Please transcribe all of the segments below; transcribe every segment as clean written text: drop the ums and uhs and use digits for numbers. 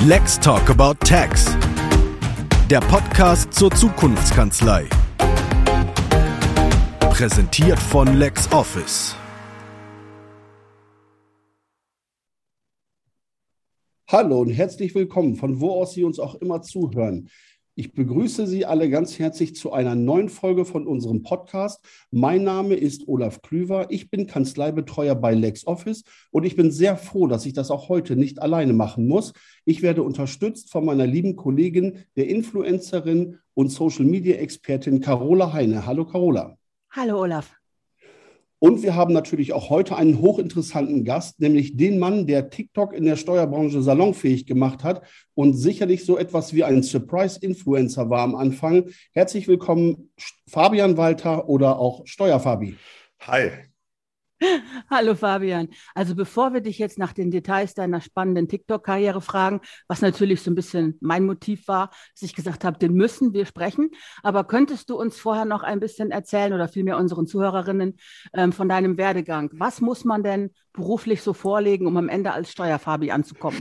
Let's Talk About Tax. Der Podcast zur Zukunftskanzlei. Präsentiert von LexOffice. Hallo und herzlich willkommen, von wo aus Sie uns auch immer zuhören. Ich begrüße Sie alle ganz herzlich zu einer neuen Folge von unserem Podcast. Mein Name ist Olaf Klüver, ich bin Kanzleibetreuer bei LexOffice und ich bin sehr froh, dass ich das auch heute nicht alleine machen muss. Ich werde unterstützt von meiner lieben Kollegin, der Influencerin und Social-Media-Expertin Carola Heine. Hallo Carola. Hallo Olaf. Und wir haben natürlich auch heute einen hochinteressanten Gast, nämlich den Mann, der TikTok in der Steuerbranche salonfähig gemacht hat und sicherlich so etwas wie ein Surprise-Influencer war am Anfang. Herzlich willkommen, Fabian Walter oder auch Steuerfabi. Hi. Hallo Fabian. Also bevor wir dich jetzt nach den Details deiner spannenden TikTok-Karriere fragen, was natürlich so ein bisschen mein Motiv war, dass ich gesagt habe, den müssen wir sprechen. Aber könntest du uns vorher noch ein bisschen erzählen oder vielmehr unseren Zuhörerinnen von deinem Werdegang? Was muss man denn beruflich so vorlegen, um am Ende als Steuerfabi anzukommen?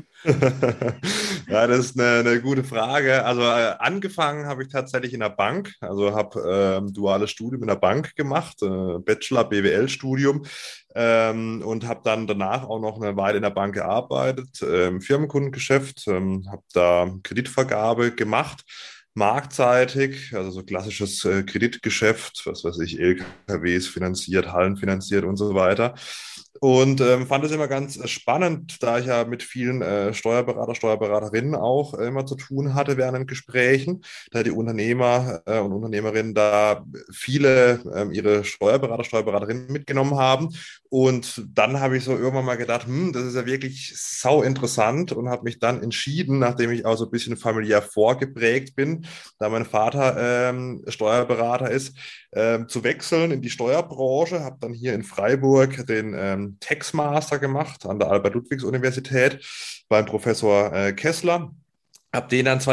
Ja, das ist eine gute Frage. Also angefangen habe ich tatsächlich in der Bank. Also habe duales Studium in der Bank gemacht, Bachelor BWL-Studium. Und habe dann danach auch noch eine Weile in der Bank gearbeitet, im Firmenkundengeschäft, habe da Kreditvergabe gemacht, marktseitig, also so klassisches Kreditgeschäft, was weiß ich, LKWs finanziert, Hallen finanziert und so weiter. Und fand es immer ganz spannend, da ich ja mit vielen Steuerberaterinnen auch immer zu tun hatte während den Gesprächen, da die Unternehmer und Unternehmerinnen da viele ihre Steuerberaterinnen mitgenommen haben. Und dann habe ich so irgendwann mal gedacht, das ist ja wirklich sau interessant und habe mich dann entschieden, nachdem ich auch so ein bisschen familiär vorgeprägt bin, da mein Vater Steuerberater ist, zu wechseln in die Steuerbranche, habe dann hier in Freiburg den Tax Master gemacht an der Albert-Ludwigs-Universität beim Professor Kessler. Habe den dann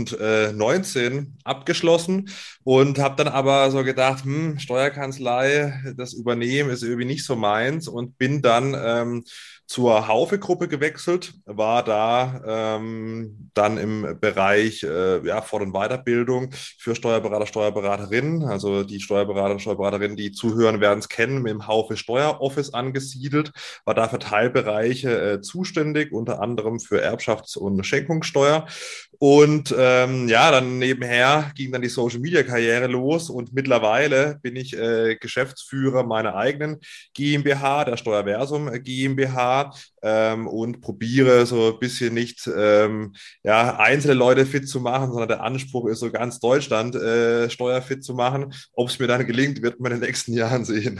2019 abgeschlossen und habe dann aber so gedacht, Steuerkanzlei, das Übernehmen ist irgendwie nicht so meins und bin dann zur Haufe-Gruppe gewechselt, war da dann im Bereich Fort- und Weiterbildung für Steuerberater, Steuerberaterinnen. Also die Steuerberater und Steuerberaterinnen, die zuhören, werden es kennen, mit dem Haufe Steueroffice angesiedelt, war da für Teilbereiche zuständig, unter anderem für Erbschafts- und Schenkungssteuer. Und dann nebenher ging dann die Social-Media-Karriere los und mittlerweile bin ich Geschäftsführer meiner eigenen GmbH, der Steuerversum GmbH, und probiere so ein bisschen nicht einzelne Leute fit zu machen, sondern der Anspruch ist so ganz Deutschland steuerfit zu machen. Ob es mir dann gelingt, wird man in den nächsten Jahren sehen.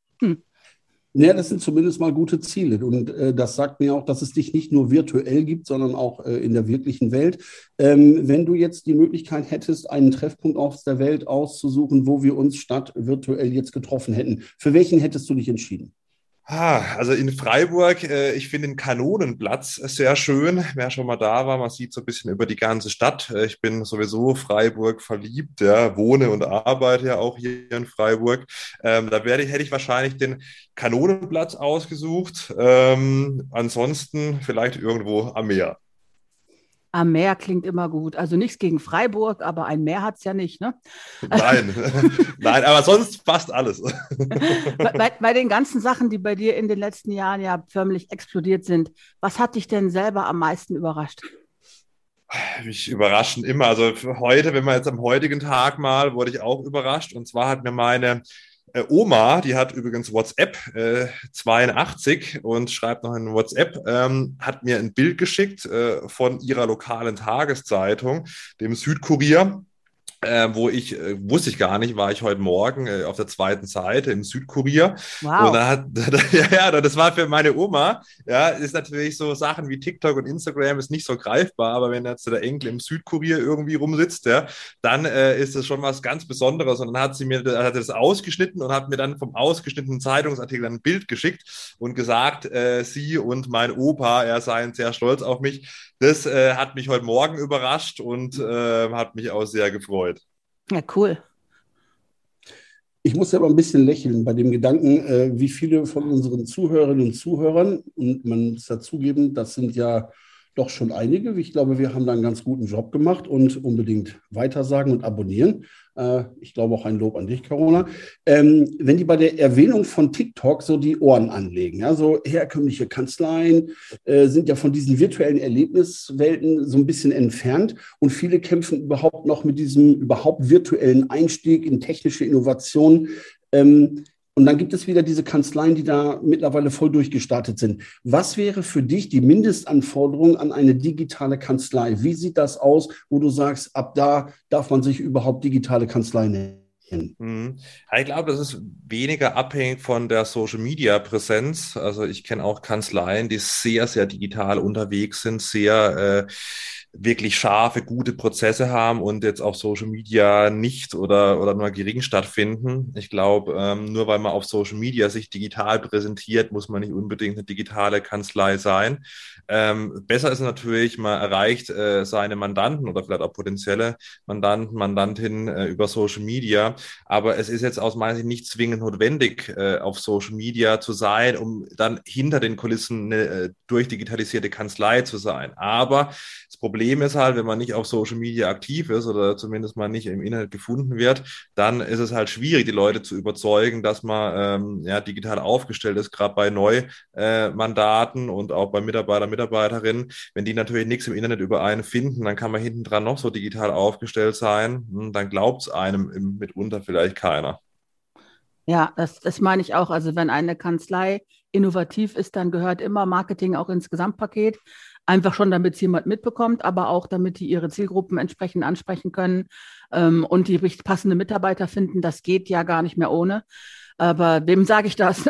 Ja, das sind zumindest mal gute Ziele. Und das sagt mir auch, dass es dich nicht nur virtuell gibt, sondern auch in der wirklichen Welt. Wenn du jetzt die Möglichkeit hättest, einen Treffpunkt aus der Welt auszusuchen, wo wir uns statt virtuell jetzt getroffen hätten, für welchen hättest du dich entschieden? Also in Freiburg, ich finde den Kanonenplatz sehr schön. Wer schon mal da war, man sieht so ein bisschen über die ganze Stadt. Ich bin sowieso Freiburg verliebt, ja, wohne und arbeite ja auch hier in Freiburg. Hätte ich wahrscheinlich den Kanonenplatz ausgesucht. Ansonsten vielleicht irgendwo am Meer. Am Meer klingt immer gut. Also nichts gegen Freiburg, aber ein Meer hat es ja nicht, ne? Nein, nein, aber sonst fast alles. Bei den ganzen Sachen, die bei dir in den letzten Jahren ja förmlich explodiert sind, was hat dich denn selber am meisten überrascht? Mich überraschen immer. Also für heute, wenn wir jetzt am heutigen Tag mal, wurde ich auch überrascht. Und zwar hat mir meine Oma, die hat übrigens WhatsApp 82 und schreibt noch in WhatsApp, hat mir ein Bild geschickt von ihrer lokalen Tageszeitung, dem Südkurier. Wo wusste ich gar nicht, war ich heute Morgen auf der zweiten Seite im Südkurier. Wow. Und das war für meine Oma, ja, ist natürlich so Sachen wie TikTok und Instagram ist nicht so greifbar, aber wenn jetzt der Enkel im Südkurier irgendwie rumsitzt, ja, dann ist das schon was ganz Besonderes. Und dann hat sie das ausgeschnitten und hat mir dann vom ausgeschnittenen Zeitungsartikel ein Bild geschickt und gesagt, sie und mein Opa, seien sehr stolz auf mich. Das hat mich heute Morgen überrascht und hat mich auch sehr gefreut. Ja, cool. Ich muss ja aber ein bisschen lächeln bei dem Gedanken, wie viele von unseren Zuhörerinnen und Zuhörern, und man muss dazugeben, das sind ja Doch schon einige. Ich glaube, wir haben da einen ganz guten Job gemacht und unbedingt weitersagen und abonnieren. Ich glaube auch ein Lob an dich, Carola. Wenn die bei der Erwähnung von TikTok so die Ohren anlegen, ja, so herkömmliche Kanzleien sind ja von diesen virtuellen Erlebniswelten so ein bisschen entfernt und viele kämpfen überhaupt noch mit diesem überhaupt virtuellen Einstieg in technische Innovationen. Und dann gibt es wieder diese Kanzleien, die da mittlerweile voll durchgestartet sind. Was wäre für dich die Mindestanforderung an eine digitale Kanzlei? Wie sieht das aus, wo du sagst, ab da darf man sich überhaupt digitale Kanzlei nennen? Ja, ich glaube, das ist weniger abhängig von der Social-Media-Präsenz. Also ich kenne auch Kanzleien, die sehr, sehr digital unterwegs sind, sehr wirklich scharfe, gute Prozesse haben und jetzt auf Social Media nicht oder nur gering stattfinden. Ich glaube, nur weil man auf Social Media sich digital präsentiert, muss man nicht unbedingt eine digitale Kanzlei sein. Besser ist natürlich, man erreicht seine Mandanten oder vielleicht auch potenzielle Mandanten, Mandantinnen über Social Media. Aber es ist jetzt aus meiner Sicht nicht zwingend notwendig, auf Social Media zu sein, um dann hinter den Kulissen eine durchdigitalisierte Kanzlei zu sein. Aber das Problem ist halt, wenn man nicht auf Social Media aktiv ist oder zumindest mal nicht im Internet gefunden wird, dann ist es halt schwierig, die Leute zu überzeugen, dass man digital aufgestellt ist, gerade bei Neumandaten und auch bei Mitarbeiter, Mitarbeiterinnen. Wenn die natürlich nichts im Internet über einen finden, dann kann man hinten dran noch so digital aufgestellt sein. Dann glaubt es einem mitunter vielleicht keiner. Ja, das meine ich auch. Also wenn eine Kanzlei innovativ ist, dann gehört immer Marketing auch ins Gesamtpaket. Einfach schon, damit es jemand mitbekommt, aber auch, damit die ihre Zielgruppen entsprechend ansprechen können und die richtig passende Mitarbeiter finden. Das geht ja gar nicht mehr ohne. Aber wem sage ich das?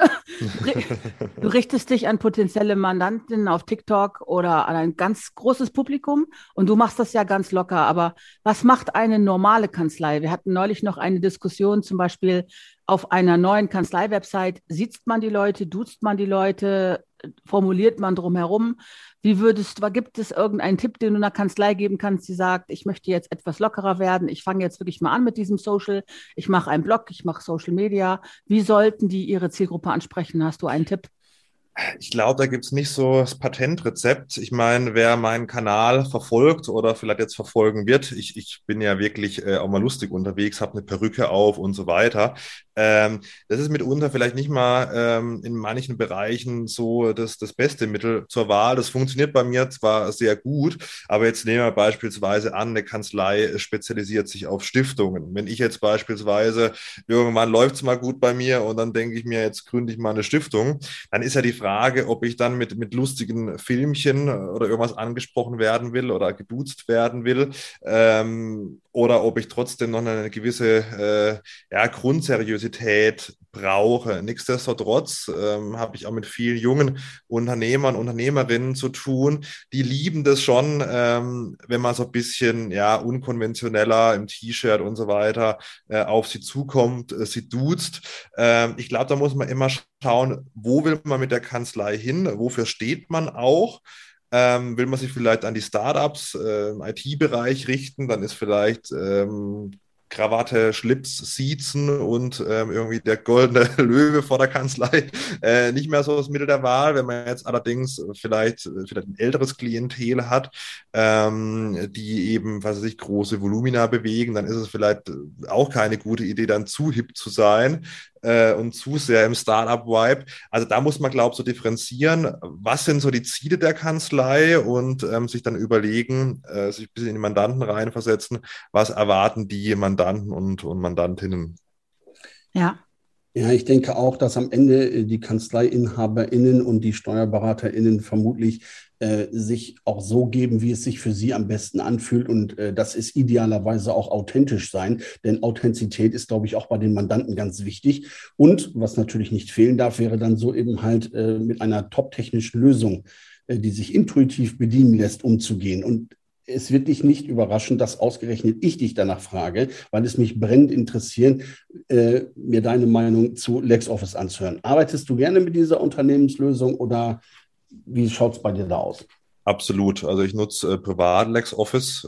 Du richtest dich an potenzielle Mandantinnen auf TikTok oder an ein ganz großes Publikum und du machst das ja ganz locker. Aber was macht eine normale Kanzlei? Wir hatten neulich noch eine Diskussion, zum Beispiel auf einer neuen Kanzlei-Website. Siezt man die Leute, duzt man die Leute, formuliert man drumherum? Gibt es irgendeinen Tipp, den du einer Kanzlei geben kannst, die sagt, ich möchte jetzt etwas lockerer werden, ich fange jetzt wirklich mal an mit diesem Social, ich mache einen Blog, ich mache Social Media. Wie sollten die ihre Zielgruppe ansprechen? Hast du einen Tipp? Ich glaube, da gibt es nicht so das Patentrezept. Ich meine, wer meinen Kanal verfolgt oder vielleicht jetzt verfolgen wird, ich bin ja wirklich auch mal lustig unterwegs, habe eine Perücke auf und so weiter. Das ist mitunter vielleicht nicht mal in manchen Bereichen so das beste Mittel zur Wahl. Das funktioniert bei mir zwar sehr gut, aber jetzt nehmen wir beispielsweise an, eine Kanzlei spezialisiert sich auf Stiftungen. Wenn ich jetzt beispielsweise, irgendwann läuft es mal gut bei mir und dann denke ich mir, jetzt gründe ich mal eine Stiftung, dann ist ja die Frage, ob ich dann mit lustigen Filmchen oder irgendwas angesprochen werden will oder geduzt werden will, oder ob ich trotzdem noch eine gewisse Grundseriosität brauche. Nichtsdestotrotz habe ich auch mit vielen jungen Unternehmern, Unternehmerinnen zu tun, die lieben das schon, wenn man so ein bisschen unkonventioneller im T-Shirt und so weiter auf sie zukommt, sie duzt. Ich glaube, da muss man immer schauen, wo will man mit der Kanzlei hin, wofür steht man auch. Will man sich vielleicht an die Startups im IT-Bereich richten, dann ist vielleicht Krawatte, Schlips, Siezen und irgendwie der goldene Löwe vor der Kanzlei nicht mehr so das Mittel der Wahl. Wenn man jetzt allerdings vielleicht ein älteres Klientel hat, die eben, was weiß ich, große Volumina bewegen, dann ist es vielleicht auch keine gute Idee, dann zu hip zu sein und zu sehr im Startup-Vibe. Also da muss man, glaube ich, so differenzieren, was sind so die Ziele der Kanzlei und sich dann überlegen, sich ein bisschen in die Mandanten reinversetzen, was erwarten die Mandanten und Mandantinnen. Ja. Ja, ich denke auch, dass am Ende die KanzleiinhaberInnen und die SteuerberaterInnen vermutlich sich auch so geben, wie es sich für sie am besten anfühlt. Und das ist idealerweise auch authentisch sein. Denn Authentizität ist, glaube ich, auch bei den Mandanten ganz wichtig. Und was natürlich nicht fehlen darf, wäre dann so eben halt mit einer top-technischen Lösung, die sich intuitiv bedienen lässt, umzugehen. Und es wird dich nicht überraschen, dass ausgerechnet ich dich danach frage, weil es mich brennend interessiert, mir deine Meinung zu LexOffice anzuhören. Arbeitest du gerne mit dieser Unternehmenslösung oder wie schaut es bei dir da aus? Absolut. Also ich nutze privat LexOffice.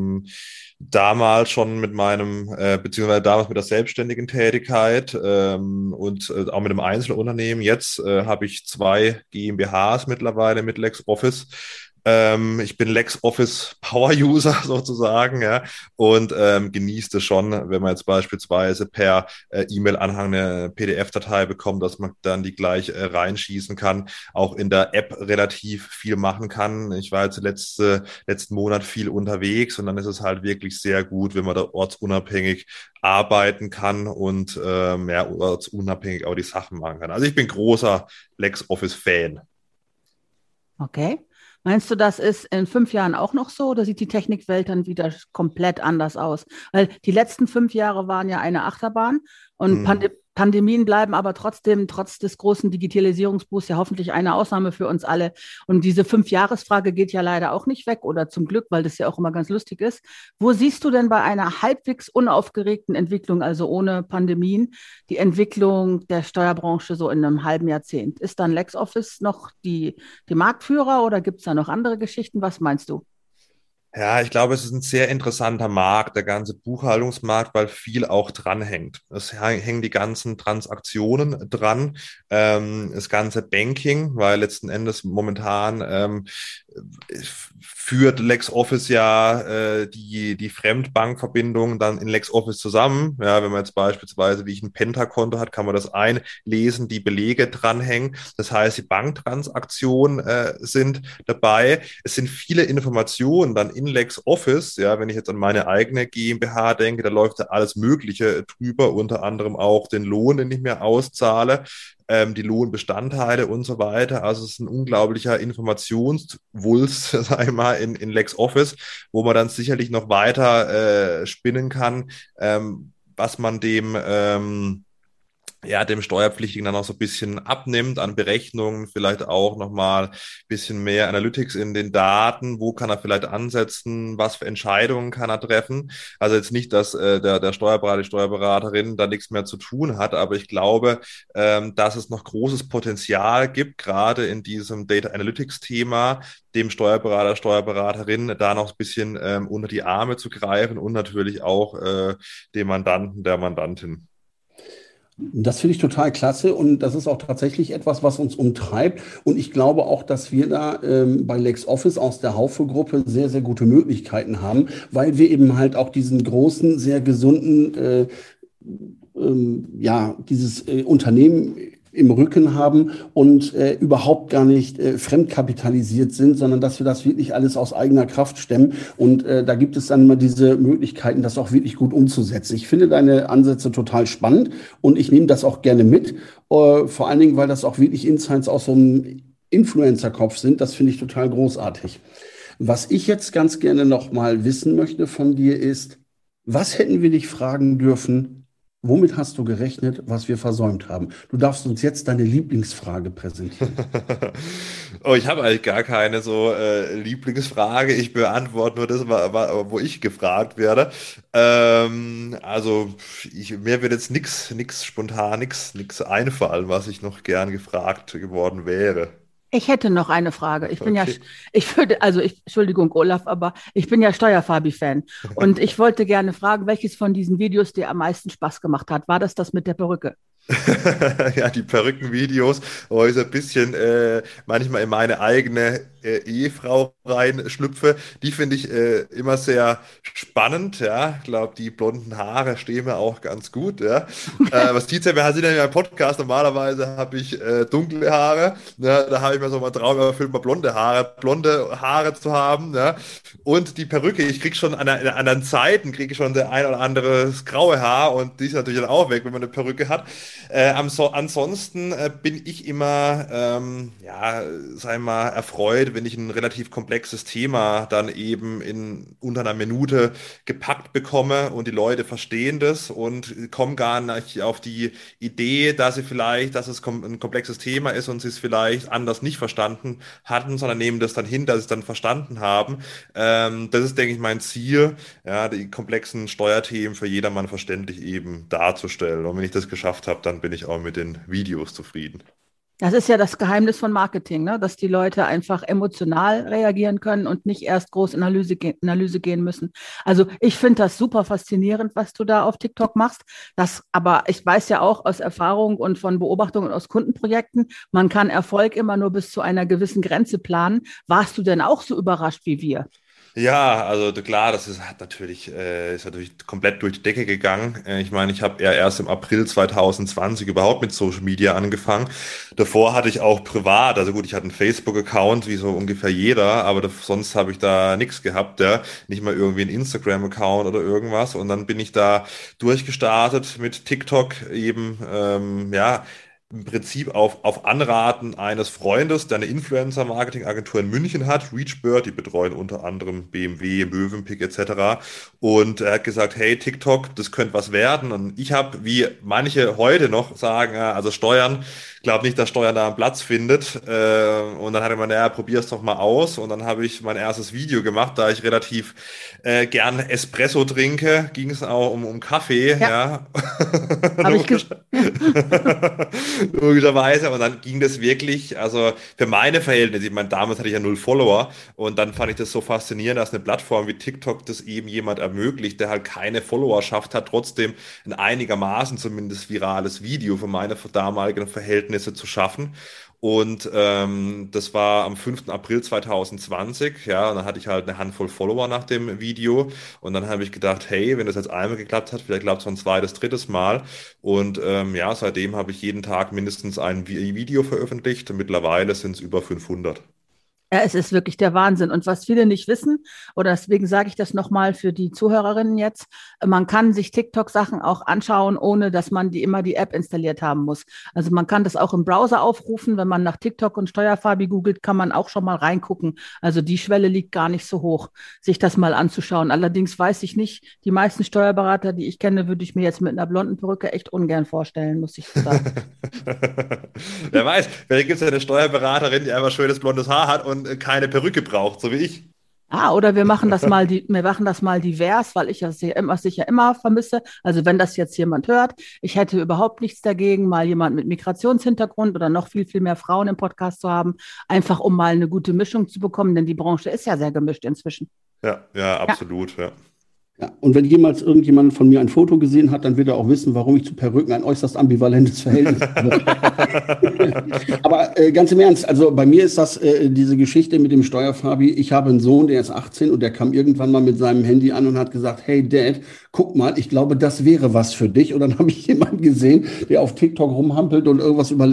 Damals schon mit beziehungsweise damals mit der selbstständigen Tätigkeit und auch mit einem Einzelunternehmen. Jetzt habe ich 2 GmbHs mittlerweile mit LexOffice. Ich bin LexOffice Power User sozusagen, ja, und genieße das schon, wenn man jetzt beispielsweise per E-Mail-Anhang eine PDF-Datei bekommt, dass man dann die gleich reinschießen kann, auch in der App relativ viel machen kann. Ich war jetzt letzten Monat viel unterwegs und dann ist es halt wirklich sehr gut, wenn man da ortsunabhängig arbeiten kann und ja, ortsunabhängig auch die Sachen machen kann. Also ich bin großer LexOffice-Fan. Okay. Meinst du, das ist in 5 Jahren auch noch so oder sieht die Technikwelt dann wieder komplett anders aus? Weil die letzten 5 Jahre waren ja eine Achterbahn und Hm. Pandemien bleiben aber trotzdem, trotz des großen Digitalisierungsboosts, ja hoffentlich eine Ausnahme für uns alle. Und diese 5-Jahres-Frage geht ja leider auch nicht weg oder zum Glück, weil das ja auch immer ganz lustig ist. Wo siehst du denn bei einer halbwegs unaufgeregten Entwicklung, also ohne Pandemien, die Entwicklung der Steuerbranche so in einem halben Jahrzehnt? Ist dann LexOffice noch die Marktführer oder gibt es da noch andere Geschichten? Was meinst du? Ja, ich glaube, es ist ein sehr interessanter Markt, der ganze Buchhaltungsmarkt, weil viel auch dranhängt. Es hängen die ganzen Transaktionen dran, das ganze Banking, weil letzten Endes momentan führt LexOffice ja die Fremdbankverbindung dann in LexOffice zusammen. Ja, wenn man jetzt beispielsweise, wie ich ein Penta-Konto hat, kann man das einlesen, die Belege dranhängen. Das heißt, die Banktransaktionen sind dabei. Es sind viele Informationen dann in LexOffice. Ja, wenn ich jetzt an meine eigene GmbH denke, da läuft ja alles Mögliche drüber, unter anderem auch den Lohn, den ich mir auszahle, die Lohnbestandteile und so weiter. Also es ist ein unglaublicher Informationswulst, sag ich mal, in LexOffice, wo man dann sicherlich noch weiter spinnen kann, was man dem Steuerpflichtigen dann auch so ein bisschen abnimmt an Berechnungen, vielleicht auch nochmal ein bisschen mehr Analytics in den Daten, wo kann er vielleicht ansetzen, was für Entscheidungen kann er treffen. Also jetzt nicht, dass der Steuerberater, die Steuerberaterin da nichts mehr zu tun hat, aber ich glaube, dass es noch großes Potenzial gibt, gerade in diesem Data Analytics-Thema, dem Steuerberater, Steuerberaterin da noch ein bisschen unter die Arme zu greifen und natürlich auch dem Mandanten, der Mandantin. Das finde ich total klasse und das ist auch tatsächlich etwas, was uns umtreibt. Und ich glaube auch, dass wir da bei LexOffice aus der Haufe-Gruppe sehr, sehr gute Möglichkeiten haben, weil wir eben halt auch diesen großen, sehr gesunden, ja, dieses Unternehmen im Rücken haben und überhaupt gar nicht fremdkapitalisiert sind, sondern dass wir das wirklich alles aus eigener Kraft stemmen. Und da gibt es dann immer diese Möglichkeiten, das auch wirklich gut umzusetzen. Ich finde deine Ansätze total spannend und ich nehme das auch gerne mit. Vor allen Dingen, weil das auch wirklich Insights aus so einem Influencer-Kopf sind. Das finde ich total großartig. Was ich jetzt ganz gerne noch mal wissen möchte von dir ist, was hätten wir dich fragen dürfen? Womit hast du gerechnet, was wir versäumt haben? Du darfst uns jetzt deine Lieblingsfrage präsentieren. Oh, ich habe eigentlich gar keine so Lieblingsfrage. Ich beantworte nur das, wo ich gefragt werde. Also mir wird jetzt nix spontan, nix einfallen, was ich noch gern gefragt geworden wäre. Ich hätte noch eine Frage. Okay. Entschuldigung, Olaf, aber ich bin ja Steuerfabi-Fan. Und ich wollte gerne fragen, welches von diesen Videos dir am meisten Spaß gemacht hat. War das mit der Perücke? Ja, die Perückenvideos, wo ich so ein bisschen manchmal in meine eigene Ehefrau reinschlüpfe, die finde ich immer sehr spannend, ja. Ich glaube, die blonden Haare stehen mir auch ganz gut, ja. Was sieht ja, wir sind ja in meinem Podcast, normalerweise habe ich dunkle Haare, ne? Da habe ich mir so mal Traum erfüllt, mal blonde Haare zu haben, ja. Und die Perücke, ich kriege schon an anderen Zeiten, kriege ich schon der ein oder andere graue Haar und die ist natürlich dann auch weg, wenn man eine Perücke hat. Ansonsten bin ich immer, ja, sei mal, erfreut, wenn ich ein relativ komplexes Thema dann eben unter einer Minute gepackt bekomme und die Leute verstehen das und kommen gar nicht auf die Idee, dass es ein komplexes Thema ist und sie es vielleicht anders nicht verstanden hatten, sondern nehmen das dann hin, dass sie es dann verstanden haben. Das ist, denke ich, mein Ziel, ja, die komplexen Steuerthemen für jedermann verständlich eben darzustellen. Und wenn ich das geschafft habe, dann bin ich auch mit den Videos zufrieden. Das ist ja das Geheimnis von Marketing, ne? Dass die Leute einfach emotional reagieren können und nicht erst groß in Analyse gehen müssen. Also ich finde das super faszinierend, was du da auf TikTok machst. Aber ich weiß ja auch aus Erfahrung und von Beobachtungen aus Kundenprojekten, man kann Erfolg immer nur bis zu einer gewissen Grenze planen. Warst du denn auch so überrascht wie wir? Ja, also klar, ist natürlich komplett durch die Decke gegangen. Ich meine, ich habe ja erst im April 2020 überhaupt mit Social Media angefangen. Davor hatte ich auch privat, also gut, ich hatte einen Facebook-Account, wie so ungefähr jeder, aber sonst habe ich da nichts gehabt, ja. Nicht mal irgendwie einen Instagram-Account oder irgendwas. Und dann bin ich da durchgestartet mit TikTok eben, ja, im Prinzip auf Anraten eines Freundes, der eine Influencer-Marketing-Agentur in München hat, Reachbird, die betreuen unter anderem BMW, Mövenpick etc. Und er hat gesagt, hey, TikTok, das könnte was werden. Und ich habe, wie manche heute noch sagen, ja, also Steuern, glaube nicht, dass Steuern da einen Platz findet. Und dann hat er gesagt, naja, probier's doch mal aus. Und dann habe ich mein erstes Video gemacht, da ich relativ gern Espresso trinke, ging es auch um Kaffee, Ja, ja. habe ich Logischerweise. Und dann ging das wirklich, also für meine Verhältnisse, ich meine, damals hatte ich ja 0 Follower und dann fand ich das so faszinierend, dass eine Plattform wie TikTok das eben jemand ermöglicht, der halt keine Followerschaft hat, trotzdem ein einigermaßen zumindest virales Video für meine damaligen Verhältnisse zu schaffen. Und das war am 5. April 2020, ja, und dann hatte ich halt eine Handvoll Follower nach dem Video. Und dann habe ich gedacht, hey, wenn das jetzt einmal geklappt hat, vielleicht klappt es noch ein zweites, drittes Mal. Und ja, seitdem habe ich jeden Tag mindestens ein Video veröffentlicht. Und mittlerweile sind es über 500. Ja, es ist wirklich der Wahnsinn. Und was viele nicht wissen, oder deswegen sage ich das nochmal für die Zuhörerinnen jetzt, man kann sich TikTok-Sachen auch anschauen, ohne dass man immer die App installiert haben muss. Also man kann das auch im Browser aufrufen. Wenn man nach TikTok und Steuerfabi googelt, kann man auch schon mal reingucken. Also die Schwelle liegt gar nicht so hoch, sich das mal anzuschauen. Allerdings weiß ich nicht, die meisten Steuerberater, die ich kenne, würde ich mir jetzt mit einer blonden Perücke echt ungern vorstellen, muss ich sagen. Wer weiß, vielleicht gibt es ja eine Steuerberaterin, die einfach schönes blondes Haar hat und keine Perücke braucht, so wie ich. Oder wir machen das mal divers, weil ich das sicher immer vermisse. Also wenn das jetzt jemand hört, ich hätte überhaupt nichts dagegen, mal jemand mit Migrationshintergrund oder noch viel, viel mehr Frauen im Podcast zu haben, einfach um mal eine gute Mischung zu bekommen, denn die Branche ist ja sehr gemischt inzwischen. Ja, ja, Ja. absolut, ja. Ja, und wenn jemals irgendjemand von mir ein Foto gesehen hat, dann wird er auch wissen, warum ich zu Perücken ein äußerst ambivalentes Verhältnis habe. Aber ganz im Ernst, also bei mir ist das diese Geschichte mit dem Steuerfabi. Ich habe einen Sohn, der ist 18 und der kam irgendwann mal mit seinem Handy an und hat gesagt, hey Dad, guck mal, ich glaube, das wäre was für dich. Und dann habe ich jemanden gesehen, der auf TikTok rumhampelt und irgendwas über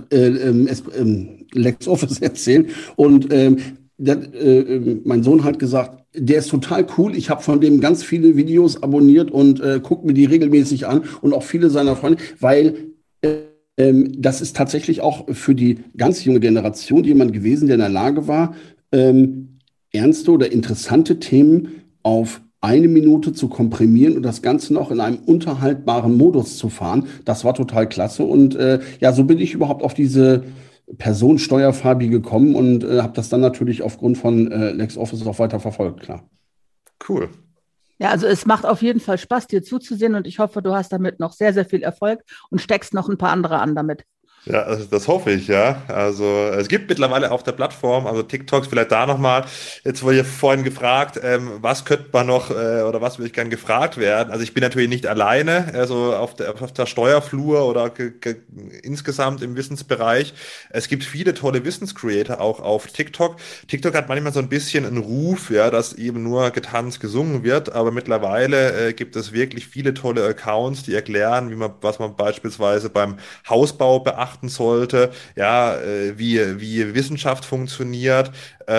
LexOffice erzählt. Und mein Sohn hat gesagt, der ist total cool. Ich habe von dem ganz viele Videos abonniert und gucke mir die regelmäßig an und auch viele seiner Freunde, weil das ist tatsächlich auch für die ganz junge Generation jemand gewesen, der in der Lage war, ernste oder interessante Themen auf 1 Minute zu komprimieren und das Ganze noch in einem unterhaltbaren Modus zu fahren. Das war total klasse. Und ja, so bin ich überhaupt auf diese Person Steuerfabi gekommen und habe das dann natürlich aufgrund von LexOffice auch weiter verfolgt, klar. Cool. Ja, also es macht auf jeden Fall Spaß, dir zuzusehen und ich hoffe, du hast damit noch sehr, sehr viel Erfolg und steckst noch ein paar andere an damit. Ja, also das hoffe ich, ja. Also es gibt mittlerweile auf der Plattform, also TikToks, vielleicht da nochmal, jetzt wurde ja vorhin gefragt, was könnte man noch oder was würde ich gern gefragt werden? Also ich bin natürlich nicht alleine, also auf der Steuerflur oder insgesamt im Wissensbereich. Es gibt viele tolle Wissenscreator auch auf TikTok. TikTok hat manchmal so ein bisschen einen Ruf, ja, dass eben nur getanzt, gesungen wird, aber mittlerweile gibt es wirklich viele tolle Accounts, die erklären, was man beispielsweise beim Hausbau beachten sollte, ja, wie Wissenschaft funktioniert,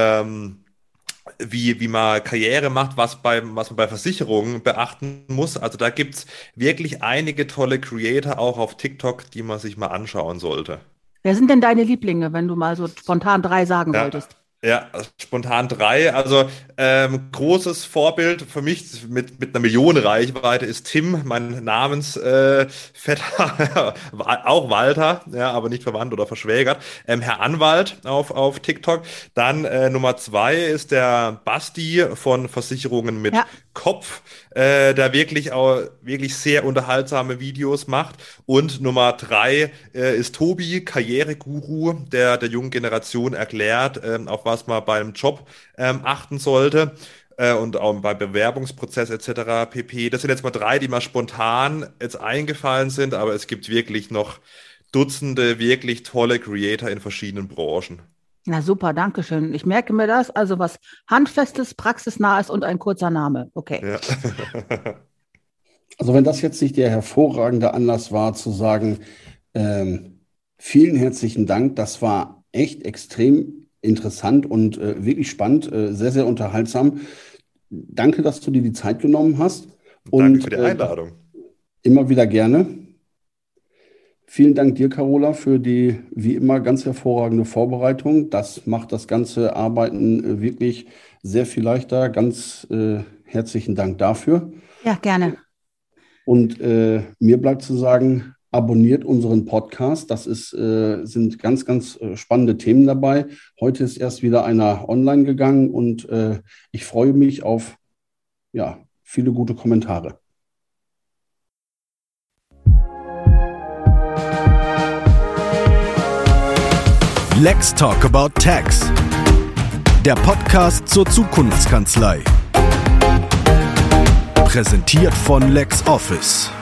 wie man Karriere macht, was man bei Versicherungen beachten muss. Also da gibt es wirklich einige tolle Creator auch auf TikTok, die man sich mal anschauen sollte. Wer sind denn deine Lieblinge, wenn du mal so spontan 3 sagen Ja. wolltest? Ja, spontan 3. Also großes Vorbild für mich mit einer Million Reichweite ist Tim, mein Namensvetter, auch Walter, ja, aber nicht verwandt oder verschwägert. Herr Anwalt auf TikTok. Dann Nummer 2 ist der Basti von Versicherungen mit Ja. Kopf, der wirklich sehr unterhaltsame Videos macht. Und Nummer 3 ist Tobi, Karriereguru, der jungen Generation erklärt, auf was man beim Job achten sollte. Und auch beim Bewerbungsprozess etc. pp. Das sind jetzt mal 3, die mir spontan jetzt eingefallen sind, aber es gibt wirklich noch Dutzende wirklich tolle Creator in verschiedenen Branchen. Na super, danke schön. Ich merke mir das. Also was Handfestes, Praxisnahes und ein kurzer Name. Okay. Ja. Also wenn das jetzt nicht der hervorragende Anlass war, zu sagen, vielen herzlichen Dank, das war echt extrem interessant und wirklich spannend, sehr, sehr unterhaltsam. Danke, dass du dir die Zeit genommen hast. Danke für die Einladung. Immer wieder gerne. Vielen Dank dir, Carola, für die wie immer ganz hervorragende Vorbereitung. Das macht das ganze Arbeiten wirklich sehr viel leichter. Ganz herzlichen Dank dafür. Ja, gerne. Und mir bleibt zu sagen, abonniert unseren Podcast. Das sind ganz, ganz spannende Themen dabei. Heute ist erst wieder einer online gegangen und ich freue mich auf viele gute Kommentare. Let's Talk About Tax. Der Podcast zur Zukunftskanzlei. Präsentiert von LexOffice.